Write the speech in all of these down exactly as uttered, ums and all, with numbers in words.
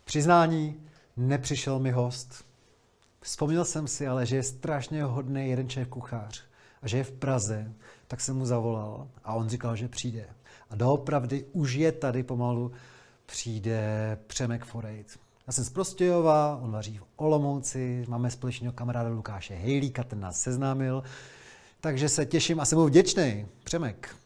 Přiznání, nepřišel mi host. Vzpomněl jsem si ale, že je strašně hodný jeden Čech kuchař a že je v Praze, tak jsem mu zavolal a on říkal, že přijde. A doopravdy už je tady pomalu, přijde Přemek Forejt. Já jsem z Prostějova, on vaří v Olomouci, máme společného kamaráda Lukáše Hejlíka, ten nás seznámil, takže se těším a jsem mu vděčný. Přemek.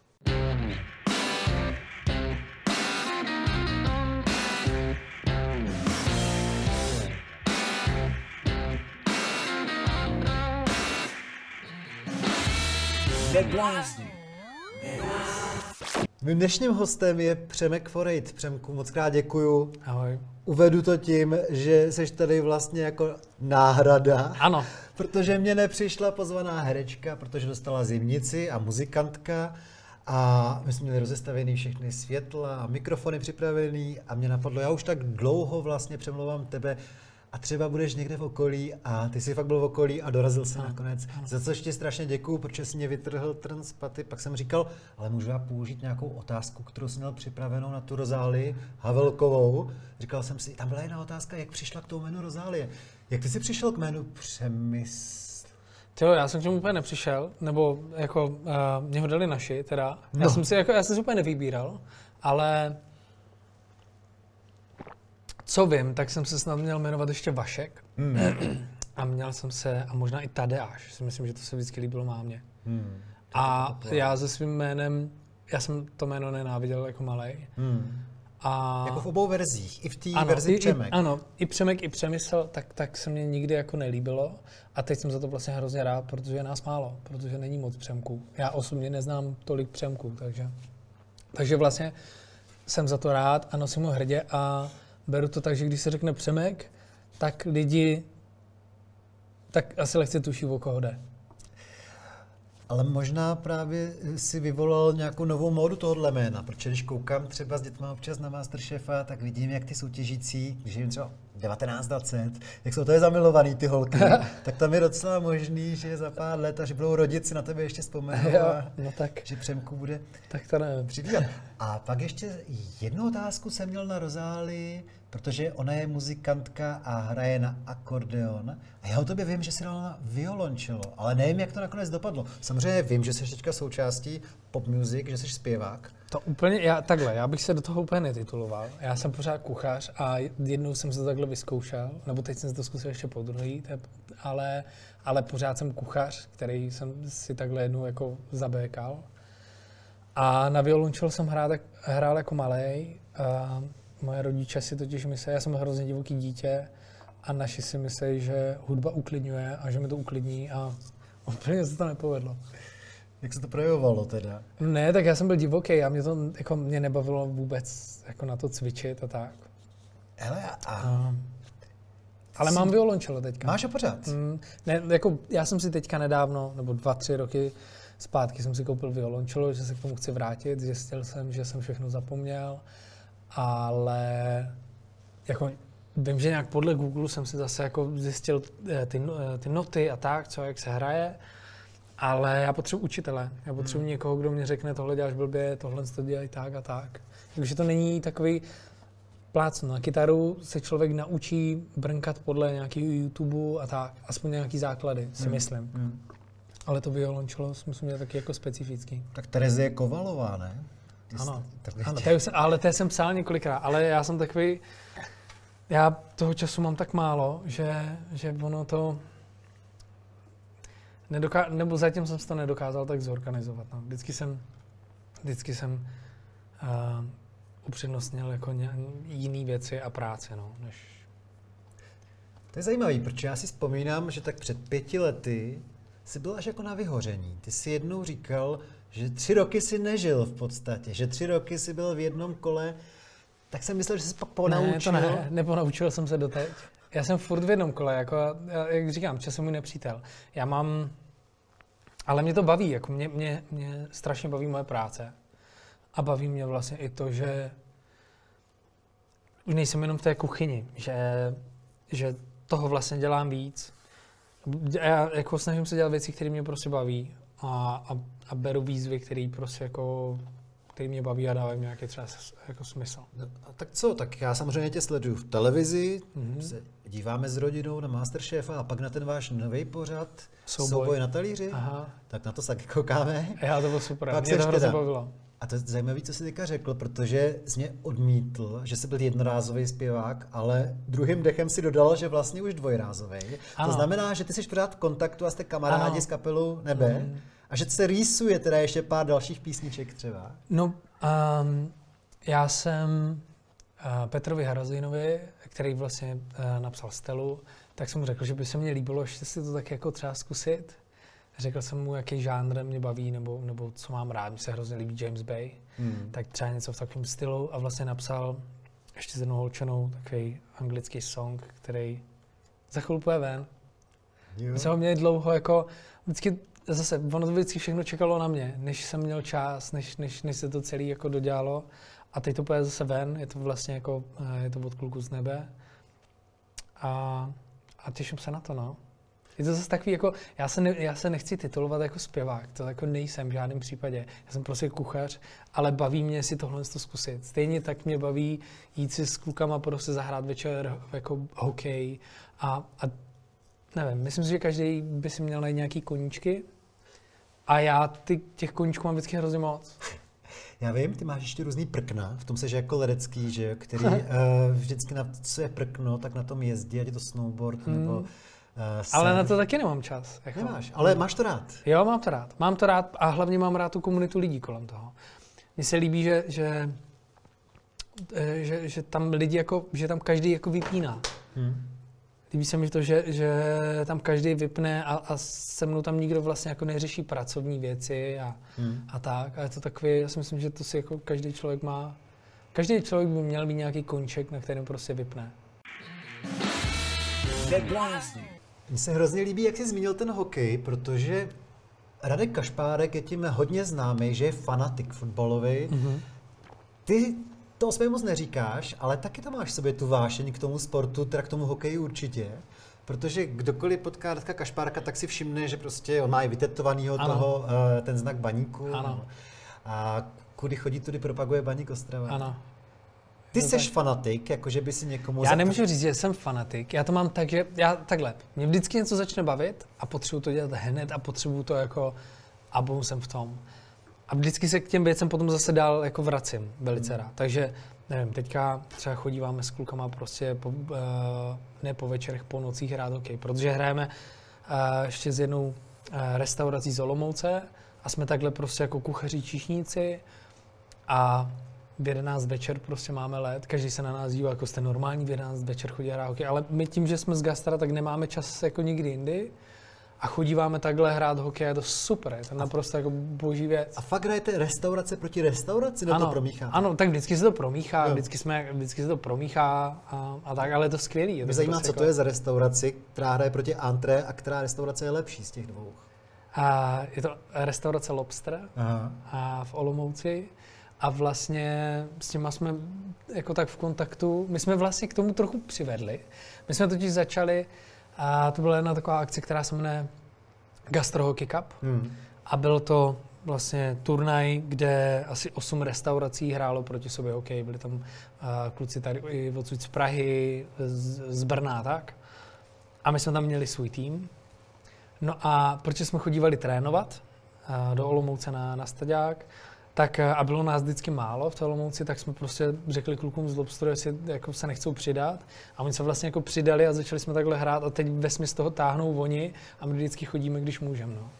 Mým dnešním hostem je Přemek Forejt. Přemku, moc krát děkuju. Ahoj. Uvedu to tím, že jsi tady vlastně jako náhrada. Ano. Protože mě nepřišla pozvaná herečka, protože dostala zimnici a muzikantka a my jsme měli rozestavený všechny světla a mikrofony připravený a mě napadlo, já už tak dlouho vlastně přemlouvám tebe a třeba budeš někde v okolí a ty jsi fakt byl v okolí a dorazil se nakonec. Ano. Za což ti strašně děkuju, protože jsi mě vytrhl trn z paty. Pak jsem říkal, ale můžu já použít nějakou otázku, kterou jsem měl připravenou na tu Rozálii Havelkovou. Říkal jsem si, tam byla jedna otázka, jak přišla k tomu jménu Rozálie. Jak ty jsi přišel k jménu Přemysl? Jo, já jsem k tomu úplně nepřišel, nebo jako uh, mě ho dali naši, teda. No. Já jsem si jako, já jsem si úplně nevybíral, ale co vím, tak jsem se snad měl jmenovat ještě Vašek. Mm. A měl jsem se, a možná i Tadeáš, si myslím, že to se vždycky líbilo mámě. Mm. A já se svým jménem, já jsem to jméno nenáviděl jako malej. Mm. A jako v obou verzích, i v té verzi i, Přemek. I, ano, i Přemek, i Přemysl, tak, tak se mě nikdy jako nelíbilo. A teď jsem za to vlastně hrozně rád, protože je nás málo, protože není moc Přemků. Já osobně neznám tolik Přemků, takže, takže vlastně jsem za to rád a nosím ho hrdě a beru to tak, že když se řekne Přemek, tak lidi tak asi lehce tuší, o koho jde. Ale možná právě si vyvolal nějakou novou módu tohohle jména, protože když koukám třeba s dětma občas na Masterchefa, tak vidím, jak ty soutěžící, když jim třeba devatenáct dvacet, jak jsou to je zamilovaný ty holky, tak tam je docela možný, že za pár let, až budou rodit, si na tebe ještě vzpomenou a no tak. že Přemku bude tak to nevím. přibývat. A pak ještě jednu otázku jsem měl na Rozálii, protože ona je muzikantka a hraje na akordeon. A já o tobě vím, že jsi dala na violončelo, ale nevím, jak to nakonec dopadlo. Samozřejmě vím, že jsi teďka součástí pop music, že jsi zpěvák. To úplně, já, takhle, já bych se do toho úplně netituloval. Já jsem pořád kuchař a jednou jsem se to takhle vyzkoušel, nebo teď jsem se to zkusil ještě po druhý, ale, ale pořád jsem kuchař, který jsem si takhle jednou jako zabékal. A na violončelo jsem hrál, hrál jako malej. A moje rodiče si totiž myslí, já jsem hrozně divoký dítě a naši si myslí, že hudba uklidňuje a že mi to uklidní a úplně se to nepovedlo. Jak se to projevovalo teda? Ne, tak já jsem byl divoký a mě to jako mě nebavilo vůbec jako na to cvičit a tak. Hele, a... a ale jsi... mám violončelo teďka. Máš ho pořád? Mm, ne, jako já jsem si teďka nedávno, nebo dva, tři roky zpátky jsem si koupil violončelo, že se k tomu chci vrátit, zjistil jsem, že jsem všechno zapomněl. Ale jako vím, že nějak podle Google jsem si zase jako zjistil ty, ty noty a tak, co, jak se hraje, ale já potřebuji učitele. Já potřebuji hmm. někoho, kdo mě řekne, tohle děláš blbě, tohle to dělej tak a tak. Takže to není takový plácno. Na kytaru se člověk naučí brnkat podle nějakého YouTube a tak, aspoň nějaký základy, si hmm. myslím. Hmm. Ale to violončelo myslím, že je taky jako specifický. Tak Terezie Kovalová, ne? Ano, ano to jsem, ale to jsem psal několikrát, ale já jsem takový, já toho času mám tak málo, že, že ono to, nedoká, nebo zatím jsem si to nedokázal tak zorganizovat. No. Vždycky jsem, vždycky jsem uh, upřednostnil jako ně, jiný věci a práci, no, než... To je zajímavý, protože já si vzpomínám, že tak před pěti lety jsi byl až jako na vyhoření. Ty jsi jednou říkal, že tři roky si nežil v podstatě, že tři roky si byl v jednom kole, tak jsem myslel, že jsi pak ponaučil. Ne, to ne, neponaučil jsem se doteď. Já jsem furt v jednom kole, jako, jak říkám, čas je můj nepřítel. Já mám, ale mě to baví, jako mě, mě, mě strašně baví moje práce. A baví mě vlastně i to, že už nejsem jenom v té kuchyni, že, že toho vlastně dělám víc. Já jako snažím se dělat věci, které mě prostě baví a, a, a beru výzvy, které prostě jako který mě baví a dávají nějaký třeba jako smysl. No, a tak co, tak já samozřejmě tě sleduju v televizi, Mm-hmm. se díváme s rodinou na Masterchefa a pak na ten váš nový pořad Souboj, Souboj na talíři, Aha. tak na to se taky koukáme. Já, to bylo super, Pak mě to seš hrozně teda- bavilo. A to je zajímavé, co jsi teďka řekl, protože jsi mě odmítl, že jsi byl jednorázový zpěvák, ale druhým dechem si dodal, že vlastně už dvojrázový. Ano. To znamená, že ty jsi pořád v kontaktu a jste kamarádi Ano. z kapelu Nebe Mm. a že se rýsuje teda ještě pár dalších písniček třeba. No, um, já jsem uh, Petrovi Harazinovi, který vlastně uh, napsal Stelu, tak jsem mu řekl, že by se mně líbilo ještě si to tak jako třeba zkusit. Řekl jsem mu, jaký žánr mě baví, nebo, nebo co mám rád. Mně se hrozně líbí James Bay, Hmm. tak třeba něco v takovém stylu. A vlastně napsal ještě s jednou holčanou takový anglický song, který za chvilku půjde ven. Jo. My jsme ho měli dlouho jako, vždycky zase, ono to vždycky všechno čekalo na mě, než jsem měl čas, než, než, než se to celé jako dodělalo. A teď to půjde zase ven, je to vlastně jako, eh, je to od Kluku z nebe. A, a těším se na to, no. Je to zase takový jako, já se, ne, já se nechci titulovat jako zpěvák, to jako nejsem v žádném případě. Já jsem prostě kuchař, ale baví mě si tohle to zkusit. Stejně tak mě baví jít si s klukama prostě zahrát večer jako hokej a, a nevím, myslím si, že každý by si měl najít nějaký koníčky a já ty, těch koníčků mám vždycky hrozně moc. Já vím, ty máš ještě různý prkna, v tom seš jako ledecký, že jo, který uh, vždycky na co je prkno, tak na tom jezdí, ať je to snowboard Hmm. nebo uh, Ale na to taky nemám čas. Jako. nemáš, ale máš to rád. Jo, mám to rád. Mám to rád a hlavně mám rád tu komunitu lidí kolem toho. Mně se líbí, že, že, eh, že, že tam lidi jako, že tam každý jako vypíná. Hmm. Líbí se mi to, že, že tam každý vypne a, a se mnou tam nikdo vlastně jako neřeší pracovní věci a, Hmm. a tak. A je to takový, já si myslím, že to si jako každý člověk má, každý člověk by měl mít nějaký koníček, na kterém prostě vypne. Mně se hrozně líbí, jak jsi zmínil ten hokej, protože Radek Kašpárek je tím hodně známý, že je fanatik fotbalový. Mm-hmm. Ty to o sobě moc neříkáš, ale taky to máš v sobě tu vášeň k tomu sportu, teda k tomu hokeji určitě. Protože kdokoliv potká Radka Kašpárka, tak si všimne, že prostě on má i vytetovanýho toho, eh, ten znak baníku. Ano. A kudy chodí, tudy propaguje Baník Ostrava. Ano. Ty No seš tak. fanatik, jakože by si někomu... Já za- nemůžu říct, že jsem fanatik. Já to mám tak, že já takhle. Mě vždycky něco začne bavit a potřebuji to dělat hned a potřebuji to jako a boom jsem v tom. A vždycky se k těm věcem potom zase dál jako vracím velice rád. Takže nevím, teďka třeba chodíváme s klukama prostě po, uh, ne po večerech, po nocích hrát hokej, protože hrajeme uh, ještě s jednou uh, restaurací z Olomouce a jsme takhle prostě jako kuchaři číšníci a v jedenáct večer prostě máme let, každý se na nás dívá, jako jste normální, v jedenáct večer chodí hrát hokej, ale my tím, že jsme z gastra, tak nemáme čas jako nikdy jindy a chodíváme takhle hrát hokej, je to super, je to naprosto jako boží věc. A fakt hrajete restaurace proti restauraci, no to promícháte? Ano, tak vždycky se to promíchá, Jo. vždycky, jsme, vždycky se to promíchá a, a tak, ale je to skvělý. Je to Mě zajímá, prostě co jako, to je za restauraci, která hraje proti Antré a která restaurace je lepší z těch dvou. A je to restaurace Lobster Aha. a v Olomouci. A vlastně s těma jsme jako tak v kontaktu. My jsme vlastně k tomu trochu přivedli. My jsme totiž začali, a to byla jedna taková akce, která se jmenuje Gastro Hockey Cup. Hmm. A byl to vlastně turnaj, kde asi osm restaurací hrálo proti sobě hokej. Byli tam uh, kluci tady i odsud z Prahy, z, z Brna a tak. A my jsme tam měli svůj tým. No a protože jsme chodívali trénovat uh, do Olomouce na, na staďák, tak a bylo nás vždycky málo v té Olomouci, tak jsme prostě řekli klukům z Lobsteru, jestli jako se nechcou přidat. A oni se vlastně jako přidali a začali jsme takhle hrát a teď vesměs toho táhnou oni a my vždycky chodíme, když můžeme. No.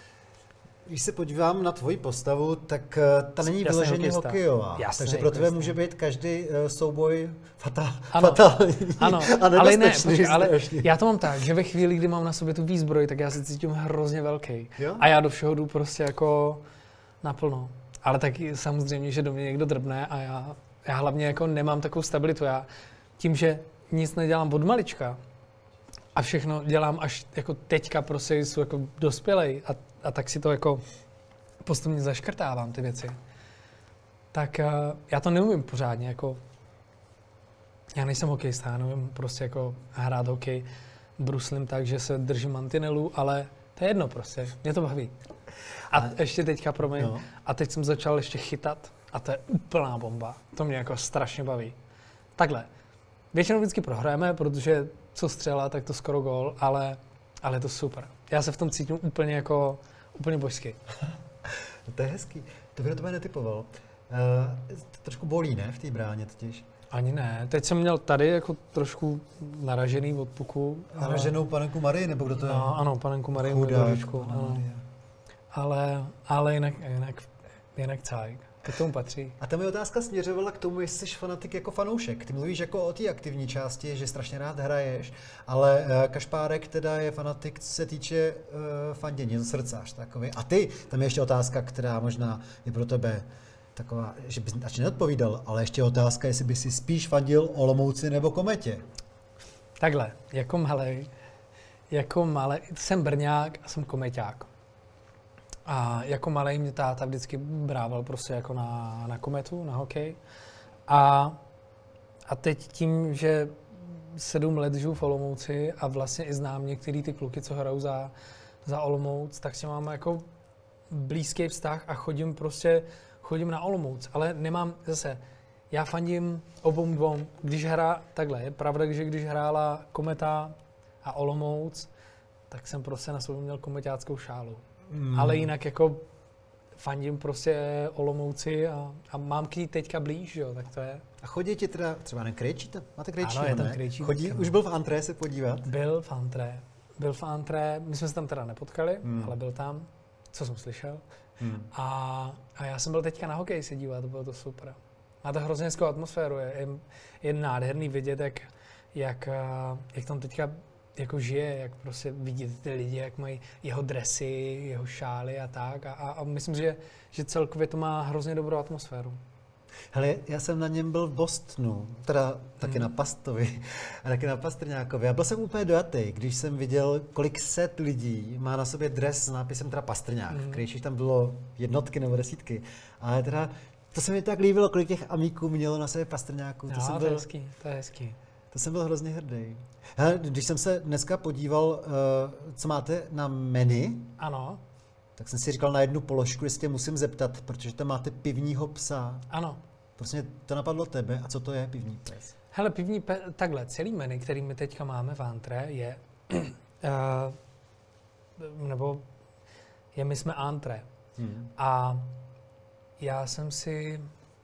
Když se podívám na tvoji postavu, tak uh, ta není Jasný vyloženě hokejista. hokejová. Jasný Takže pro tebe hokejista. může být každý uh, souboj fata- Ano. fatální Ano, a ale ne, nebezpečný. počkej, ale strašně. já to mám tak, že ve chvíli, kdy mám na sobě tu výzbroj, tak já se cítím hrozně velký. Jo? A já do všeho jdu prostě jako naplno. Ale taky samozřejmě, že do mě někdo drbne a já, já hlavně jako nemám takovou stabilitu. Já tím, že nic nedělám od malička a všechno dělám až jako teďka, prostě jsou jako dospělej a, a tak si to jako postupně zaškrtávám ty věci. Tak uh, já to neumím pořádně, jako já nejsem hokejista, já nevím prostě jako hrát hokej, bruslím tak, že se držím mantinelů, ale to je jedno prostě, mě to baví. A A- ještě teďka, promiň, Jo. a teď jsem začal ještě chytat A to je úplná bomba. To mě jako strašně baví. Takhle. Většinou vždycky prohrajeme, protože co střela, tak to skoro gól, ale, ale je to super. Já se v tom cítím úplně jako, úplně božsky. No to je hezký. To bych to netypoval. Uh, to trošku bolí, ne, v té bráně totiž? Ani ne. Teď jsem měl tady jako trošku naražený od puku. Naraženou panenku Marii, nebo kdo to je? No, ano, panenku Marii. Chudák, ale, ale jinak, jinak, jinak cajk. To k tomu patří. A ta moje otázka směřovala k tomu, jestli jsi fanatik jako fanoušek. Ty mluvíš jako o té aktivní části, že strašně rád hraješ, ale uh, Kašpárek teda je fanatik, co se týče uh, fandění, to srdcář takový. A ty, tam je ještě otázka, která možná je pro tebe taková, že bys ač neodpovídal, ale ještě otázka, jestli by si spíš fandil Olomouci nebo Kometě. Takhle, jako malej, jako malej, jsem Brňák a jsem Komeťák. A jako malej mě táta vždycky brával prostě jako na, na Kometu, na hokej. A, a teď tím, že sedm let žiju v Olomouci a vlastně i znám některý ty kluky, co hrajou za, za Olomouc, tak si mám jako blízký vztah a chodím prostě, chodím na Olomouc, ale nemám zase, já fandím obou dvou. Když hrá, takhle, je pravda, že když hrála Kometa a Olomouc, tak jsem prostě na sobě měl komeťáckou šálu. Mm. Ale jinak jako fandím prostě Olomouci a, a mám k ní teďka blíž, jo, tak to je. A chodí ti teda, třeba na Krejčíta? Máte Krejčí, ano, je tam ne? Krejčí. Chodí, už byl v antré se podívat? Byl v antré, byl v antré, my jsme se tam teda nepotkali, mm. ale byl tam, co jsem slyšel. Mm. A, a já jsem byl teďka na hokej se dívat, to bylo to super. Má to hrozně hezkou atmosféru, je, je, je nádherný vidět, jak, jak, jak tam teďka jako žije, jak prostě vidíte ty lidi, jak mají jeho dresy, jeho šály a tak. A, a, a myslím, že, že celkově to má hrozně dobrou atmosféru. Hele, já jsem na něm byl v Bostonu, teda taky hmm. na Pastovi a taky na Pastrňákovi. A byl jsem úplně dojatý, když jsem viděl, kolik set lidí má na sobě dres s nápisem teda Pastrňák. Hmm. V Krejčích tam bylo jednotky nebo desítky. Ale teda, to se mi tak líbilo, kolik těch amíků mělo na sobě Pastrňáků. To, no, jsem to byl, je hezký, to je hezký. To jsem byl hrozně hrdý. Hele, když jsem se dneska podíval, uh, co máte na menu, ano. Tak jsem si říkal na jednu položku, jestli tě musím zeptat, protože tam máte pivního psa. Ano. Prostě to napadlo tebe. A co to je pivní pes? Hele, pivní pes, takhle, celý menu, který my teďka máme v antré, je, uh, nebo je my jsme antré. Hmm. A já jsem si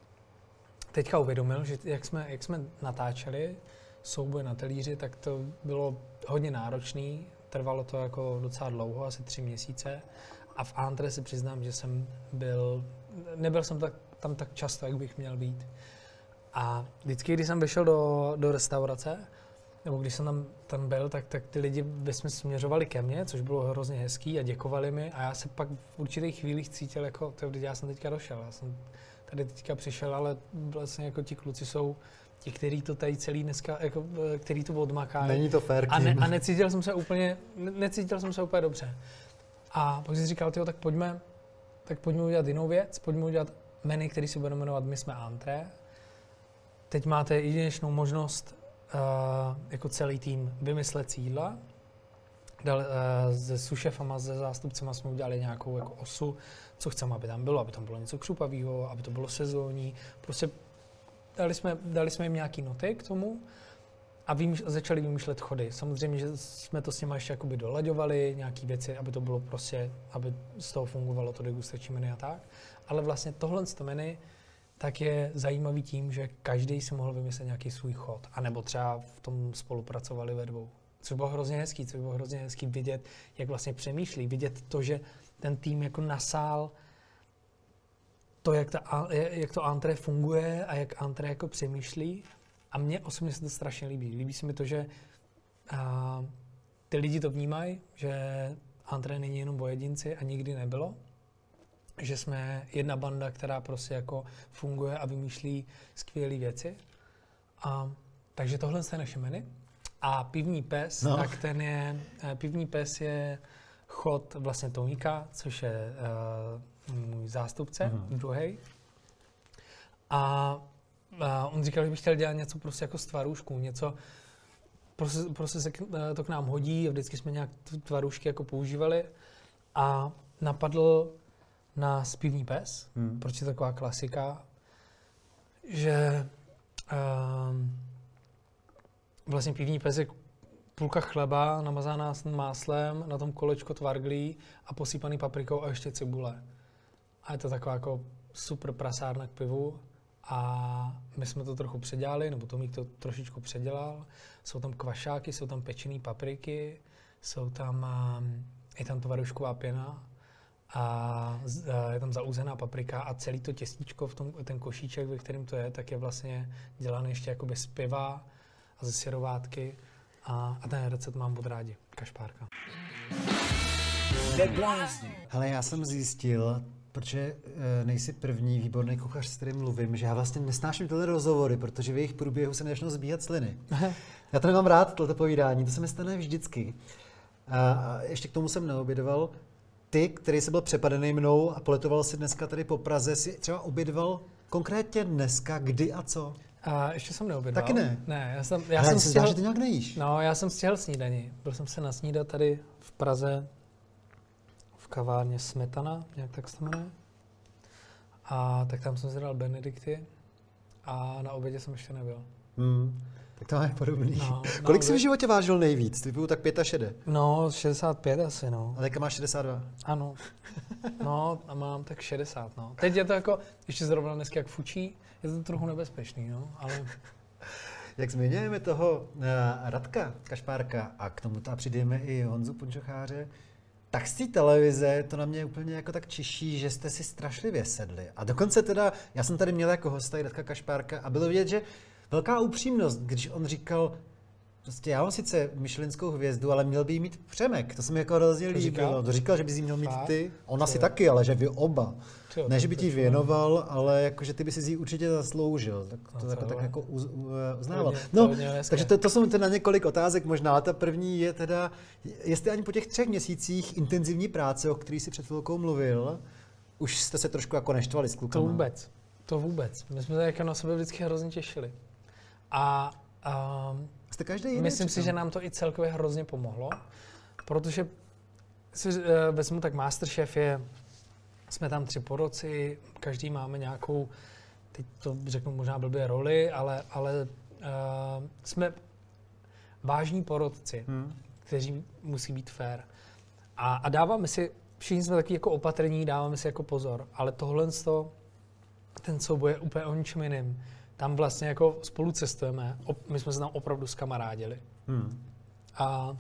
teďka uvědomil, že jak jsme, jak jsme natáčeli souboj na talíři, tak to bylo hodně náročný. Trvalo to jako docela dlouho, asi tři měsíce. A v antré si přiznám, že jsem byl, nebyl jsem tak, tam tak často, jak bych měl být. A vždycky, když jsem vyšel do, do restaurace, nebo když jsem tam, tam byl, tak, tak ty lidi jsme směřovali ke mně, což bylo hrozně hezký a děkovali mi. A já se pak v určitých chvílích cítil jako, to, já jsem teďka došel, já jsem tady teďka přišel, ale vlastně jako ti kluci jsou ti, kteří to tady celý dneska, jako, který to odmakají. Není to fair, a, ne, a necítil jsem se úplně, ne, necítil jsem se úplně dobře. A pak jsem si říkal, tyjo, tak pojďme, tak pojďme udělat jinou věc, pojďme udělat menu, který se bude jmenovat My jsme antré. Teď máte jedinečnou možnost uh, jako celý tým vymyslet jídla. Dal, uh, se sušefama, se zástupcema jsme udělali nějakou jako osu, co chceme, aby tam bylo, aby tam bylo něco křupavého, aby to bylo sezónní. Prostě dali jsme, dali jsme jim nějaký noty k tomu a vymýš, začali vymýšlet chody. Samozřejmě, že jsme to s nimi ještě jakoby dolaďovali, nějaké věci, aby to bylo prostě, aby z toho fungovalo to degustační menu a tak. Ale vlastně tohle menu tak je zajímavý tím, že každý si mohl vymyslet nějaký svůj chod. A nebo třeba v tom spolupracovali ve dvou. Což bylo hrozně hezký, což bylo hrozně hezký vidět, jak vlastně přemýšlí, vidět to, že ten tým jako nasál to, jak, ta, jak to antré funguje a jak antré jako přemýšlí. A mně osobně se to strašně líbí. Líbí se mi to, že a, ty lidi to vnímají, že antré není jenom o jedinci a nikdy nebylo. Že jsme jedna banda, která prostě jako funguje a vymýšlí skvělé věci. A, takže tohle je naše menu. A pivní pes, no. tak ten je, pivní pes je chod vlastně Toníka, což je uh, můj zástupce, mm. druhý. A, a on říkal, že bych chtěl dělat něco prostě jako z tvarůžků, něco, prostě, prostě se k, to k nám hodí a vždycky jsme nějak tvarůžky jako používali. A napadl nás pivní pes, mm. proč je taková klasika. že um, vlastně pivní pes je půlka chleba namazaná s máslem, na tom kolečko tvarglí a posypaný paprikou a ještě cibule. A je to taková jako super prasárna k pivu. A my jsme to trochu předělali, nebo Tomík to trošičku předělal. Jsou tam kvašáky, jsou tam pečený papriky, jsou tam, je tam tvarožková pěna a je tam zauzená paprika a celý to těstíčko, v tom, ten košíček, ve kterém to je, tak je vlastně dělaný ještě jakoby z piva a ze syrovátky. A, a ten recept mám od rádi, kašpárka. Hele, já jsem zjistil, protože nejsi první výborný kuchař, s kterým mluvím, že já vlastně nesnáším tyhle rozhovory, protože v jejich průběhu se nezačnou zbíhat sliny. Já to nemám rád, tohle povídání, to se mi stane vždycky. A ještě k tomu jsem neobědoval. Ty, který jsi byl přepadený mnou a poletoval si dneska tady po Praze, si třeba obědval konkrétně dneska, kdy a co? A ještě jsem neobědval. Taky ne? Ne, já jsem, já Ale jsem se stihl, zdá, že ty nějak nejíš. No, já jsem stihl snídani. Byl jsem se nasnídat tady v Praze v kavárně Smetana, nějak tak se to jmenuje. A tak tam jsem si dal Benedikty a na obědě jsem ještě nebyl. Hmm. Tak to máme podobný. No, Kolik no, jsi v životě vážil nejvíc? Ty byl tak šedesát pět. No, šedesát pět asi, no. A teďka máš šedesát dva. Ano. No, a mám tak šedesát, no. Teď je to jako, ještě zrovna dneska jak fučí, je to trochu nebezpečný, no, ale... Jak zmiňujeme toho uh, Radka Kašpárka a k tomu tam přijdeme i Honzu Punčocháře, tak z té televize to na mě úplně jako tak čiší, že jste si strašlivě sedli. A dokonce teda, já jsem tady měl jako hosta i Radka Kašpárka a bylo vidět, že velká upřímnost, když on říkal, prostě já mám sice michelinskou hvězdu, ale měl by jí mít Přemek, to se mi jako hrozně líbilo. To říkal, že by si měl mít ty, ona si taky, ale že vy oba. Ne, že by ti věnoval, ale jako, že ty by si ji určitě zasloužil. Tak to no, jako, tak jako uz, u, uznával. No, takže to, to jsou teda několik otázek možná. Ale ta první je teda, jestli ani po těch třech měsících intenzivní práce, o který jsi před chvilkou mluvil, už jste se trošku jako neštvali s klukama. To vůbec, to vůbec. My jsme se jako na sebe vždycky hrozně těšili. A um, jste každý jiný, myslím si, že nám to i celkově hrozně pomohlo, protože si uh, vezmu, tak Masterchef je, jsme tam tři poroci, každý máme nějakou, teď to řeknu možná blbě roli, ale, ale uh, jsme vážní porotci, hmm. kteří musí být fair. A, a dáváme si, všichni jsme taky jako opatrní, dáváme si jako pozor, ale tohle, ten souboj je úplně o ničem jiným. Tam vlastně jako spolu cestujeme, my jsme se tam opravdu zkamarádili. Hmm. A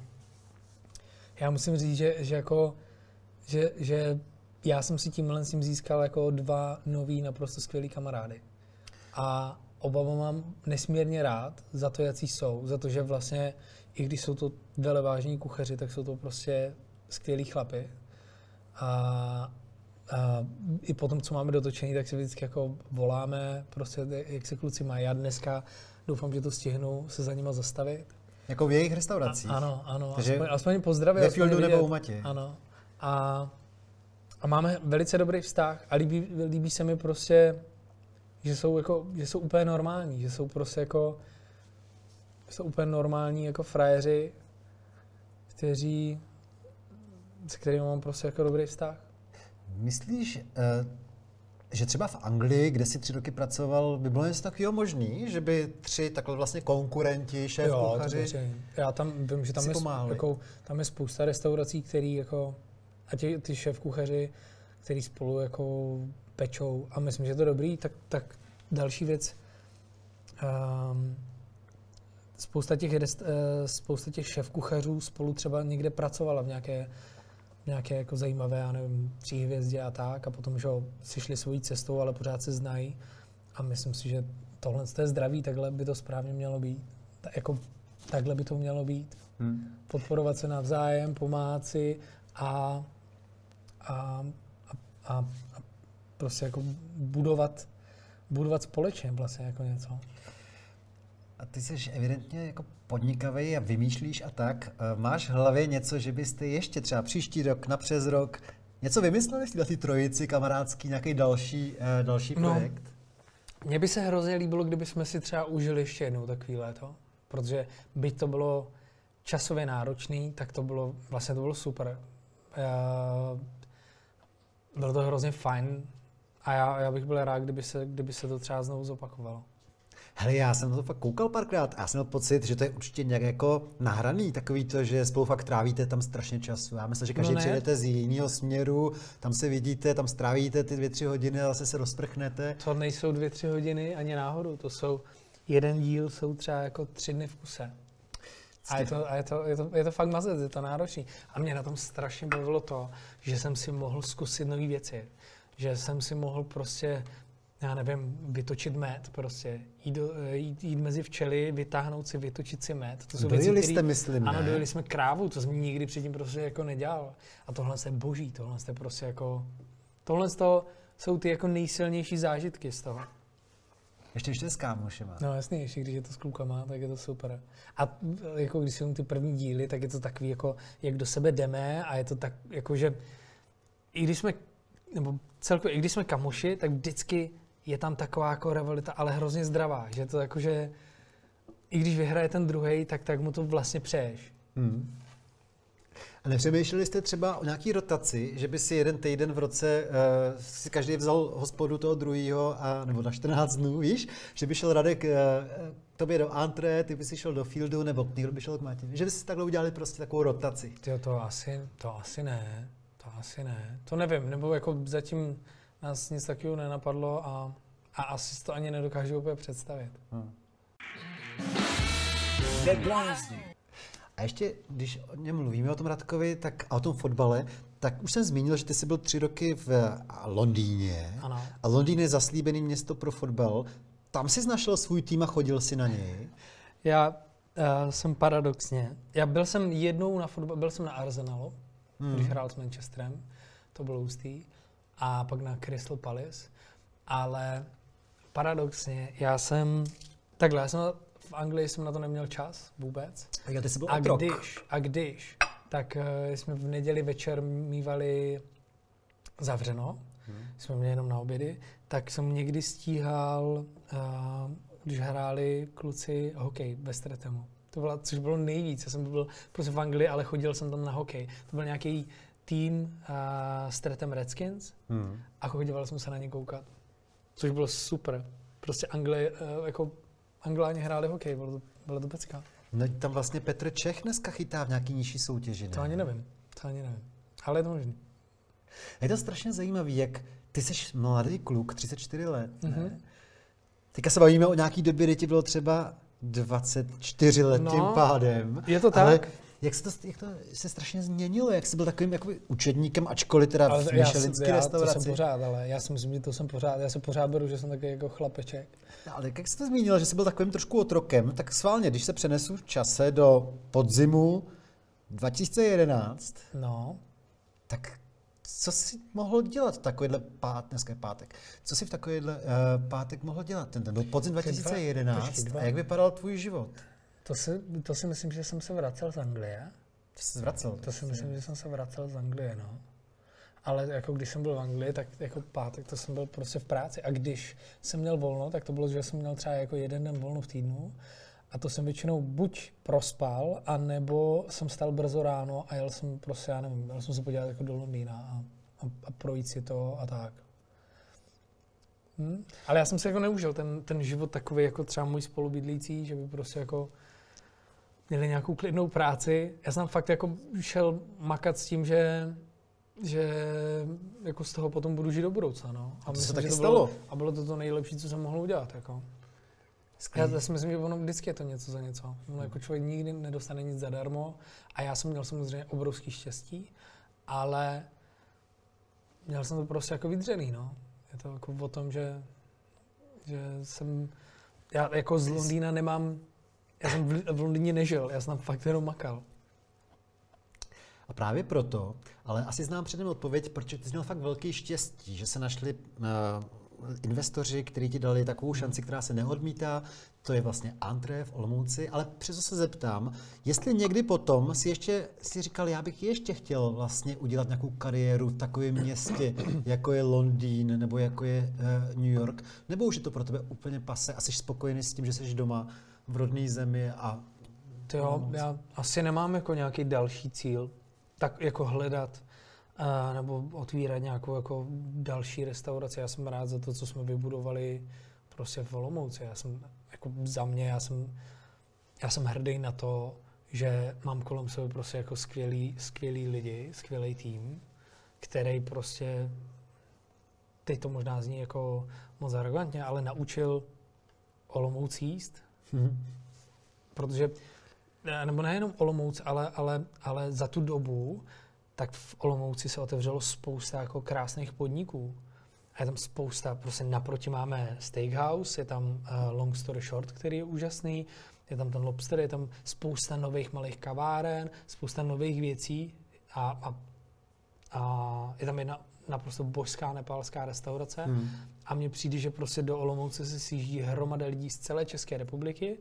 já musím říct, že, že, jako, že, že já jsem si tímhle s tím získal jako dva nový naprosto skvělý kamarády. A oba mám nesmírně rád za to, jaký jsou, za to, že vlastně, i když jsou to velevážní kuchaři, tak jsou to prostě skvělí chlapy. A Uh, i po tom, co máme dotočení, tak si vždycky jako voláme, prostě jak se kluci mají. Já dneska doufám, že to stihnu se za nima zastavit. Jako v jejich restauracích? A, ano, ano. Takže aspoň, aspoň pozdravit. Ve Fieldu nebo u Matěje? Ano. A, a máme velice dobrý vztah a líbí, líbí se mi prostě, že jsou, jako, že jsou úplně normální, že jsou prostě jako, jsou úplně normální jako frajeři, kteří, s kterými mám prostě jako dobrý vztah. Myslíš, že třeba v Anglii, kde jsi tři roky pracoval, by bylo něco takového možný, že by tři takhle vlastně konkurenti, šéf kuchaři Já tam vím, že tam je, jako, tam je spousta restaurací, který jako, a ti, ty šéf kuchaři, který spolu jako pečou a myslím, že je to dobrý, tak, tak další věc, um, spousta těch, rest, uh, spousta těch šéf kuchařů spolu třeba někde pracovala v nějaké nějaké jako zajímavé, já nevím, tří hvězdě a tak a potom, že si šli svojí cestou, ale pořád se znají a myslím si, že tohle je zdravý, takhle by to správně mělo být. Ta, jako, takhle by to mělo být. Hmm. Podporovat se navzájem, pomáhat si a, a, a, a, a prostě jako budovat, budovat společně vlastně jako něco. A ty jsi evidentně jako podnikavý a vymýšlíš a tak. Máš v hlavě něco, že byste ještě třeba příští rok, na přes rok, něco vymysleli z této trojici kamarádský, nějaký další, uh, další projekt? No, mně by se hrozně líbilo, kdyby jsme si třeba užili ještě jednou takový léto, protože byť to bylo časově náročný, tak to bylo, vlastně to bylo super. Uh, bylo to hrozně fajn A já, já bych byl rád, kdyby se, kdyby se to třeba znovu zopakovalo. Hele, já jsem na to fakt koukal párkrát a já jsem měl pocit, že to je určitě nějak jako nahraný, takový to, že spolu fakt trávíte tam strašně času. Já myslím, že každý no přijedete z jiného směru, tam se vidíte, tam strávíte ty dvě, tři hodiny a zase se rozprchnete. To nejsou dvě, tři hodiny ani náhodou, to jsou, jeden díl jsou třeba jako tři dny v kuse. A je to, a je to, je to, je to fakt mazec, je to náročný. A mě na tom strašně bavilo to, že jsem si mohl zkusit nové věci. Že jsem si mohl prostě, já nevím, vytočit med prostě. Jít, do, jít, jít mezi včely, vytáhnout si, vytočit si med. To jsou dojili věci, jste, který, myslím, ano, ne? dojili jsme krávu, to jsem nikdy předtím prostě jako nedělal. A tohle je boží, tohle je prostě jako, tohle to jsou ty jako nejsilnější zážitky z toho. Ještě ještě s kámošema. No jasně, ještě když je to s klukama, tak je to super. A jako když jsou ty první díly, tak je to takový jako, jak do sebe jdeme a je to tak jako, že i když jsme, nebo celkově, i když jsme kamoši, tak vždycky je tam taková jako rivalita, ale hrozně zdravá, že to jako, že i když vyhraje ten druhej, tak, tak mu to vlastně přeješ. Hmm. A nepřemýšleli jste třeba o nějaký rotaci, že by si jeden týden v roce uh, si každý vzal hospodu toho druhého, nebo na čtrnáct dnů, víš? Že by šel Radek uh, tobě do antré, ty by si šel do fieldu, nebo někdo by šel k Matěji. Že by si takhle udělali prostě takovou rotaci. Tyjo, to asi, to asi ne, to asi ne. To nevím, nebo jako zatím nás nic takového nenapadlo a, a asi si to ani nedokážu úplně představit. Hmm. A ještě, když o něm mluvíme, o tom Radkovi, tak a o tom fotbale, tak už jsem zmínil, že ty jsi byl tři roky v Londýně. Ano. A Londýn je zaslíbený město pro fotbal. Tam jsi našel svůj tým a chodil si na něj? Já uh, jsem paradoxně, já byl jsem jednou na fotbal, byl jsem na Arsenalu, hmm. když hrál s Manchesterem, to bylo hustý, a pak na Crystal Palace, ale paradoxně, já jsem, takhle, já jsem v Anglii jsem na to neměl čas vůbec. A, ty jsi byl a když, a když, tak uh, jsme v neděli večer mívali zavřeno, hmm. jsme měli jenom na obědy, tak jsem někdy stíhal, uh, když hráli kluci hokej ve Strethamu. To bylo, což bylo nejvíc, já jsem byl prostě v Anglii, ale chodil jsem tam na hokej. To byl nějaký tým uh, Streatham Redskins hmm. a chodil jsem se na ně koukat, což bylo super. Prostě Anglie, uh, jako Angláni hráli hokej, bylo to, bylo to pecka. No tam vlastně Petr Čech dneska chytá v nějaký nižší soutěži, ne? To ani nevím, to ani nevím, ale je to možný. Je to strašně zajímavý, jak ty jsi mladý kluk, třicet čtyři let, ne? Mm-hmm. Teďka se bavíme o nějaký době, kdy ti bylo třeba dvacet čtyři let no, tím pádem. Je to tak. Ale jak se to, jak to se strašně změnilo, jak jsi byl takovým jakoby učedníkem, ačkoliv teda ale v michelinské restauraci. To jsem pořád, ale já si myslím, že to jsem pořád, já se pořád beru, že jsem takový jako chlapeček. No, ale jak jsi to zmínil, že jsi byl takovým trošku otrokem, tak sválně, když se přenesu v čase do podzimu dva tisíce jedenáct, no. tak co jsi mohl dělat v takovýhle pátek, dneska je pátek, co jsi v takovýhle uh, pátek mohl dělat? Ten, ten byl podzim dva tisíce jedenáct a jak vypadal tvůj život? To si, to si myslím, že jsem se vracel z Anglie. To jsi vracel? To si myslím, že jsem se vracel z Anglie, no. Ale jako když jsem byl v Anglii, tak jako pátek to jsem byl prostě v práci. A když jsem měl volno, tak to bylo, že jsem měl třeba jako jeden den volno v týdnu. A to jsem většinou buď prospal, anebo jsem stal brzo ráno a jel jsem prostě, já nevím, jel jsem se podívat jako do Londýna a, a, a projít si to a tak. Hm? Ale já jsem se jako neužil ten, ten život takový jako třeba můj spolubydlící, že by prostě jako měli nějakou klidnou práci. Já jsem fakt jako šel makat s tím, že že jako z toho potom budu žít do budoucna, no. A to myslím, se taky to stalo. Bylo, a bylo to to nejlepší, co jsem mohl udělat, jako. Já, já si myslím, že ono vždycky je to něco za něco. No, jako člověk nikdy nedostane nic zadarmo a já jsem měl samozřejmě obrovský štěstí, ale měl jsem to prostě jako vydřený, no. Je to jako o tom, že, že jsem, já jako z Londýna nemám, já jsem v, v Londýně nežil, já jsem tam fakt jenom makal. A právě proto, ale asi znám předem odpověď, protože ty jsi měl fakt velký štěstí, že se našli uh, investoři, kteří ti dali takovou šanci, která se neodmítá, to je vlastně Antré v Olomouci, ale přesto se zeptám, jestli někdy potom si ještě si říkal, já bych ještě chtěl vlastně udělat nějakou kariéru v takovém městě, jako je Londýn nebo jako je uh, New York, nebo už je to pro tebe úplně pase a jsi spokojený s tím, že jsi doma v rodné zemi a... Jo, já asi nemám jako nějaký další cíl, tak jako hledat A nebo otvírat nějakou jako další restauraci. Já jsem rád za to, co jsme vybudovali prostě v Olomouci. Já jsem, jako za mě, já jsem, já jsem hrdý na to, že mám kolem sebe prostě jako skvělý, skvělý lidi, skvělý tým, který prostě, teď to možná zní jako moc arrogantně, ale naučil Olomouc jíst. Mm-hmm. Protože, nebo nejenom Olomouc, ale, ale, ale za tu dobu, tak v Olomouci se otevřelo spousta jako krásných podniků. A je tam spousta, prostě naproti máme Steakhouse, je tam uh, Long Story Short, který je úžasný, je tam ten Lobster, je tam spousta nových malých kaváren, spousta nových věcí a, a, a je tam jedna naprosto božská nepálská restaurace. Hmm. A mně přijde, že prostě do Olomouce se sjíždí hromada lidí z celé České republiky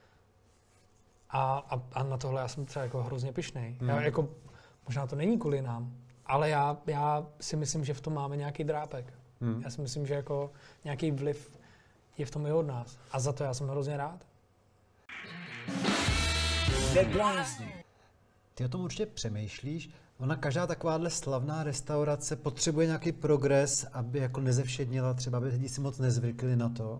a, a, a na tohle já jsem třeba jako hrozně pyšnej. Hmm. Já, jako, možná to není kvůli nám, ale já, já si myslím, že v tom máme nějaký drápek. Hmm. Já si myslím, že jako nějaký vliv je v tom i od nás. A za to já jsem hrozně rád. Ty o tom určitě přemýšlíš. Ona každá takováhle slavná restaurace potřebuje nějaký progres, aby jako nezevšednila, třeba aby lidi si moc nezvykli na to.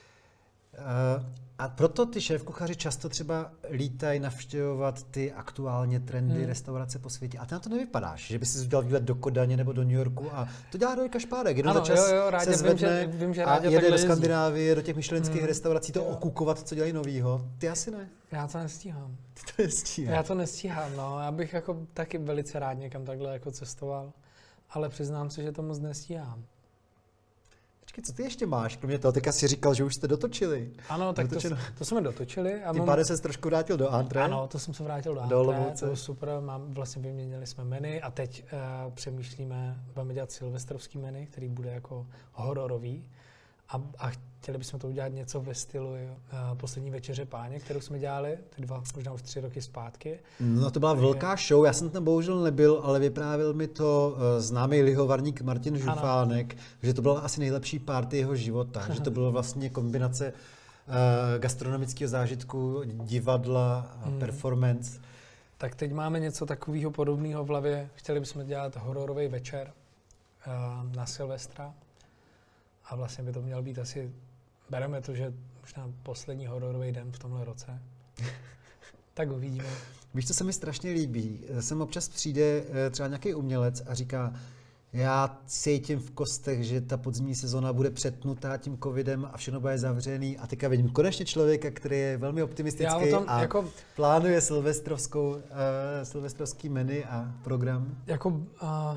A proto ty šéfkuchaři často třeba lítají navštěvovat ty aktuálně trendy hmm. restaurace po světě. A ty na to nevypadáš, že by si udělal výlet do Kodaně nebo do New Yorku a to dělá Dojka Špárek. Jednou za čas jo, jo, rádi, se zvedne vím, že, vím, že a jede do Skandinávie, do těch myšlenských hmm. restaurací to jo. okukovat, co dělají novýho. Ty asi ne. Já to nestíhám. Ty to nestíháš. Já to nestíhám, no. Já bych jako taky velice rád někam takhle jako cestoval, ale přiznám se, že to moc nestíhám. Počkej, co ty ještě máš? Kromě toho, teďka si říkal, že už jste dotočili. Ano, tak to, to jsme dotočili. A tím pádem se trošku vrátil do Antré. Ano, to jsem se vrátil do Antré, do to bylo super, mám, vlastně vyměnili jsme menu a teď uh, přemýšlíme, budeme dělat silvestrovský menu, který bude jako hororový a, a chtěli bychom to udělat něco ve stylu uh, Poslední večeře páně, kterou jsme dělali, ty dva, možná už tři roky zpátky. No to byla velká show, já jsem tam bohužel nebyl, ale vyprávěl mi to uh, známý lihovarník Martin Žufánek, ano. že to byla asi nejlepší party jeho života, že to bylo vlastně kombinace uh, gastronomického zážitku, divadla a hmm. performance. Tak teď máme něco takového podobného v hlavě, chtěli bychom dělat hororový večer uh, na Silvestra a vlastně by to měl být asi, bereme to, že možná poslední hororový den v tomhle roce. Tak uvidíme. Víš, co se mi strašně líbí? Sem občas přijde třeba nějaký umělec a říká, já cítím v kostech, že ta podzimní sezona bude přetnutá tím covidem a všechno bude zavřený. A teďka vidím konečně člověka, který je velmi optimistický tom, a jako, plánuje silvestrovskou, uh, silvestrovský menu a program. Jako... Uh...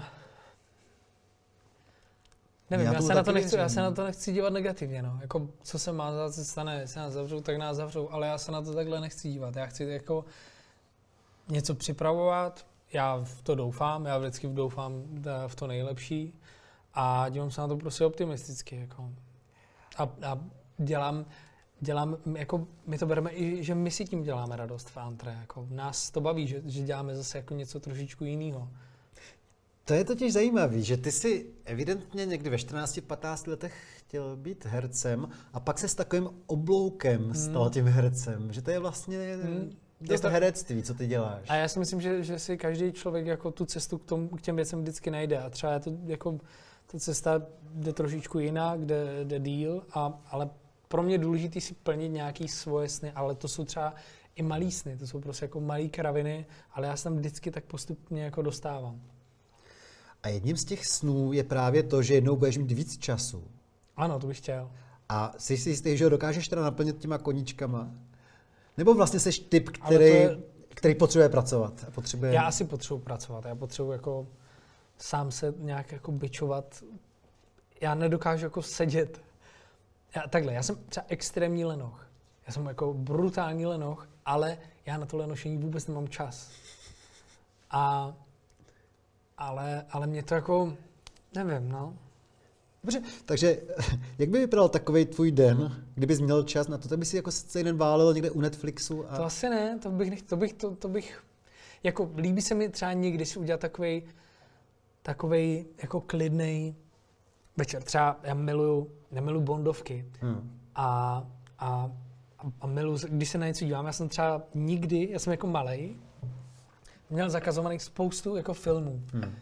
Nevím, já, já, se na to nechci, já se na to nechci dívat negativně, no. Jako, co se má, za se stane, jestli nás zavřou, tak nás zavřou, ale já se na to takhle nechci dívat. Já chci jako něco připravovat, já v to doufám, já vždycky doufám v to nejlepší a dívám se na to prostě optimisticky, jako. A, a dělám, dělám, jako my to bereme i, že my si tím děláme radost v Antré, jako nás to baví, že, že děláme zase jako něco trošičku jiného. To je totiž zajímavé, že ty si evidentně někdy ve čtrnácti patnácti letech chtěl být hercem a pak se s takovým obloukem stal hmm. tím hercem, že to je vlastně hmm. dost to herectví, co ty děláš. A já si myslím, že, že si každý člověk jako tu cestu k, tomu, k těm věcem vždycky najde a třeba je to jako, ta cesta jde trošičku jinak, jde, jde díl, a, ale pro mě je důležité si plnit nějaký svoje sny, ale to jsou třeba i malý sny, to jsou prostě jako malý kraviny, ale já se tam vždycky tak postupně jako dostávám. A jedním z těch snů je právě to, že jednou budeš mít víc času. Ano, to bych chtěl. A jsi si jistý, že ho dokážeš teda naplnit těma koníčkama? Nebo vlastně jsi typ, který, je... který potřebuje pracovat? A potřebuje... Já asi potřebuji pracovat. Já potřebuji jako sám se nějak jako bičovat. Já nedokážu jako sedět. Já, takhle, já jsem třeba extrémní lenoch. Já jsem jako brutální lenoch, ale já na to lenošení vůbec nemám čas. A Ale, ale mě to jako, nevím, no. Dobře, takže jak by vypadal takovej tvůj den, kdybys měl čas na to, tak by si jako celý den válel někde u Netflixu? A... To asi ne, to bych, to bych, to, to bych, jako líbí se mi třeba někdy si udělat takovej, takovej jako klidnej večer. Třeba já miluju, nemiluju bondovky hmm. a, a, a miluju, když se na něco dívám, já jsem třeba nikdy, já jsem jako malej, měl zakazovaných spoustu jako filmů, hmm.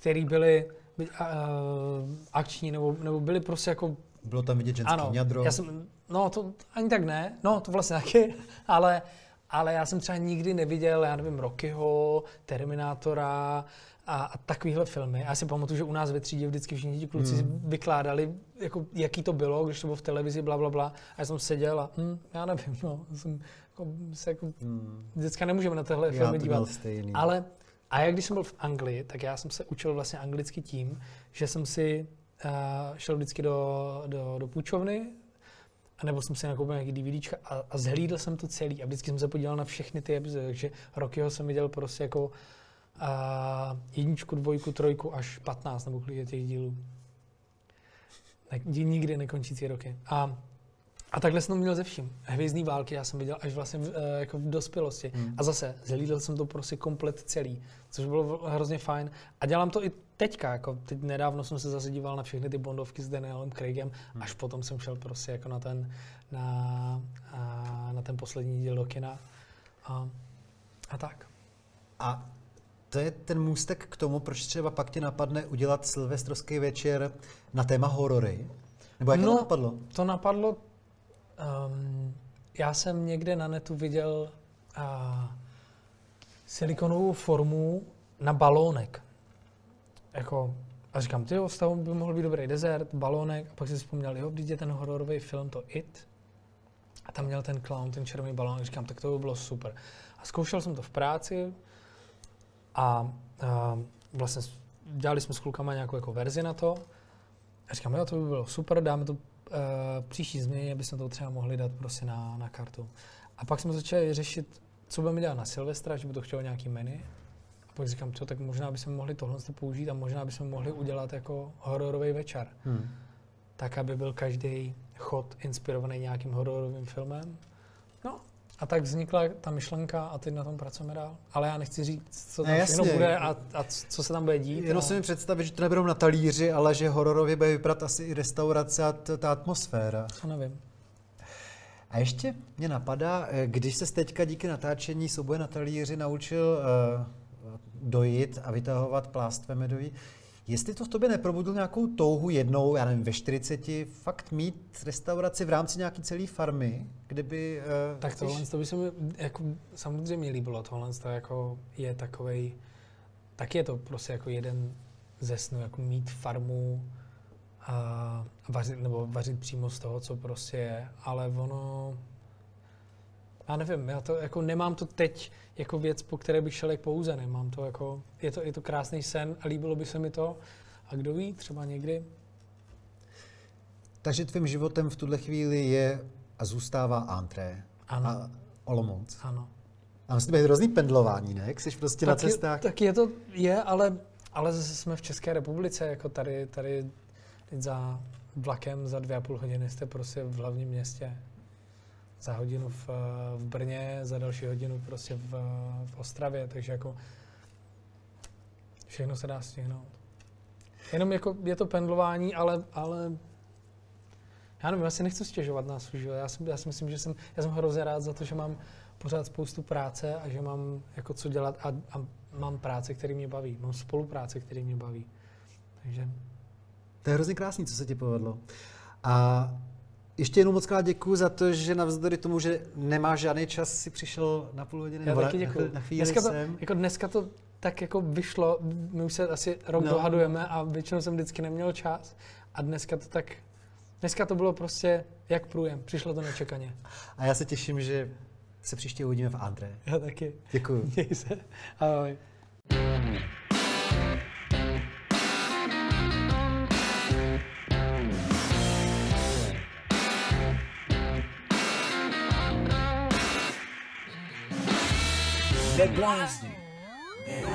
který byly uh, akční, nebo, nebo byly prostě jako... Bylo tam vidět ženský ano, ňadro. Já jsem, no to ani tak ne, no to vlastně taky, ale, ale já jsem třeba nikdy neviděl, já nevím, Rockyho, Terminátora a, a takovýhle filmy. Já si pamatuju, že u nás ve třídě vždycky všichni ti kluci hmm. vykládali, jako, jaký to bylo, když to bylo v televizi, bla, bla, bla. A já jsem seděl a hm, já nevím, no, jsem, jako, se jako, hmm. vždycky nemůžeme na tohle filmy dívat. Stejný. Ale a jak když jsem byl v Anglii, tak já jsem se učil vlastně anglicky tím, že jsem si uh, šel vždycky do, do, do půjčovny, nebo jsem si nakoupil nějaký DVDčka a, a zhlídl jsem to celý a vždycky jsem se podíval na všechny ty epizody, takže Rockyho jsem viděl prostě jako uh, jedničku, dvojku, trojku až patnáct nebo kolik je těch dílů. Ne, nikdy nekončící roky. A A takhle jsem to měl ze vším. Hvězdný války já jsem viděl až vlastně v, e, jako v dospělosti. Hmm. A zase, zhlídl jsem to prostě komplet celý, což bylo hrozně fajn. A dělám to i teďka, jako teď nedávno jsem se zase díval na všechny ty Bondovky s Danielem Craigem, hmm. až potom jsem šel prostě jako na ten, na, a, na ten poslední díl do kina. A, a tak. A to je ten můstek k tomu, proč třeba pak tě napadne udělat silvestrovský večer na téma horory? Nebo jak no, to napadlo? To napadlo, um, já jsem někde na netu viděl uh, silikonovou formu na balónek. Jako, a říkám, tyjo, z toho by mohl být dobrý dezert, balónek, a pak si vzpomněl, jo, když je ten hororový film, to It, a tam měl ten clown, ten červený balónek, říkám, tak to by bylo super. A zkoušel jsem to v práci a uh, vlastně dělali jsme s klukama nějakou jako verzi na to. A říkám, jo, to by bylo super, dáme to uh, příští změně, aby jsme to třeba mohli dát prostě na, na kartu. A pak jsme začali řešit, co budeme dělat na Silvestra, že by to chtělo nějaký menu. A pak říkám, co, tak možná bychom mohli tohle použít a možná bychom mohli udělat jako hororový večer. Hmm. Tak, aby byl každý chod inspirovaný nějakým hororovým filmem. No, a tak vznikla ta myšlenka a teď na tom pracujeme dál. Ale já nechci říct, co tam ne, všechno bude a, a co se tam bude dít. Jenom a... si mi představit, že to nebudou na talíři, ale že hororově bude vypadat asi i restaurace a t- ta atmosféra. Co nevím. A ještě mě napadá, když se teďka díky natáčení Souboje na talíři naučil uh, dojít a vytahovat plástve medový, jestli to v tobě neprobudil nějakou touhu jednou, já nevím, ve čtyřiceti, fakt mít restauraci v rámci nějaký celé farmy, kdyby... Uh, tak tohle když... to by se mi jako samozřejmě líbilo, tohle to jako je takovej, taky je to prostě jako jeden ze snů, jako mít farmu a vařit, nebo vařit přímo z toho, co prostě je, ale ono... Já nevím, já to jako nemám to teď jako věc, po které bych šel jak pouzený. Mám to jako, je to, je to krásný sen a líbilo by se mi to. A kdo ví, třeba někdy. Takže tvým životem v tuhle chvíli je a zůstává Antré. Ano. A Olomouc. Ano. A musí být hrozný pendlování, ne? Jak jsi prostě tak na cestách. Je, tak je to, je, ale, ale zase jsme v České republice, jako tady, tady za vlakem za dvě a půl hodiny jste prostě v hlavním městě. Za hodinu v, v Brně, za další hodinu prostě v, v Ostravě, takže jako všechno se dá stihnout. Jenom jako je to pendlování, ale, ale já nevím, já si nechci stěžovat na svůj život. Já si, já si myslím, že jsem, já jsem hrozně rád za to, že mám pořád spoustu práce a že mám jako co dělat a, a mám práce, které mě baví. Mám spolupráce, které mě baví. Takže... To je hrozně krásný, co se ti povedlo. A ještě jednou moc krát děkuju za to, že navzdory tomu, že nemáš žádný čas, si přišel na půl hodiny. Já taky děkuju. Na chvíli dneska to, jsem. jako dneska to tak jako vyšlo, my už se asi rok no. dohadujeme a většinou jsem vždycky neměl čas a dneska to tak, dneska to bylo prostě jak průjem, přišlo to nečekaně. A já se těším, že se příště uvidíme v Antré. Já taky. Děkuju. Měj se. Ahoj. Neblázni.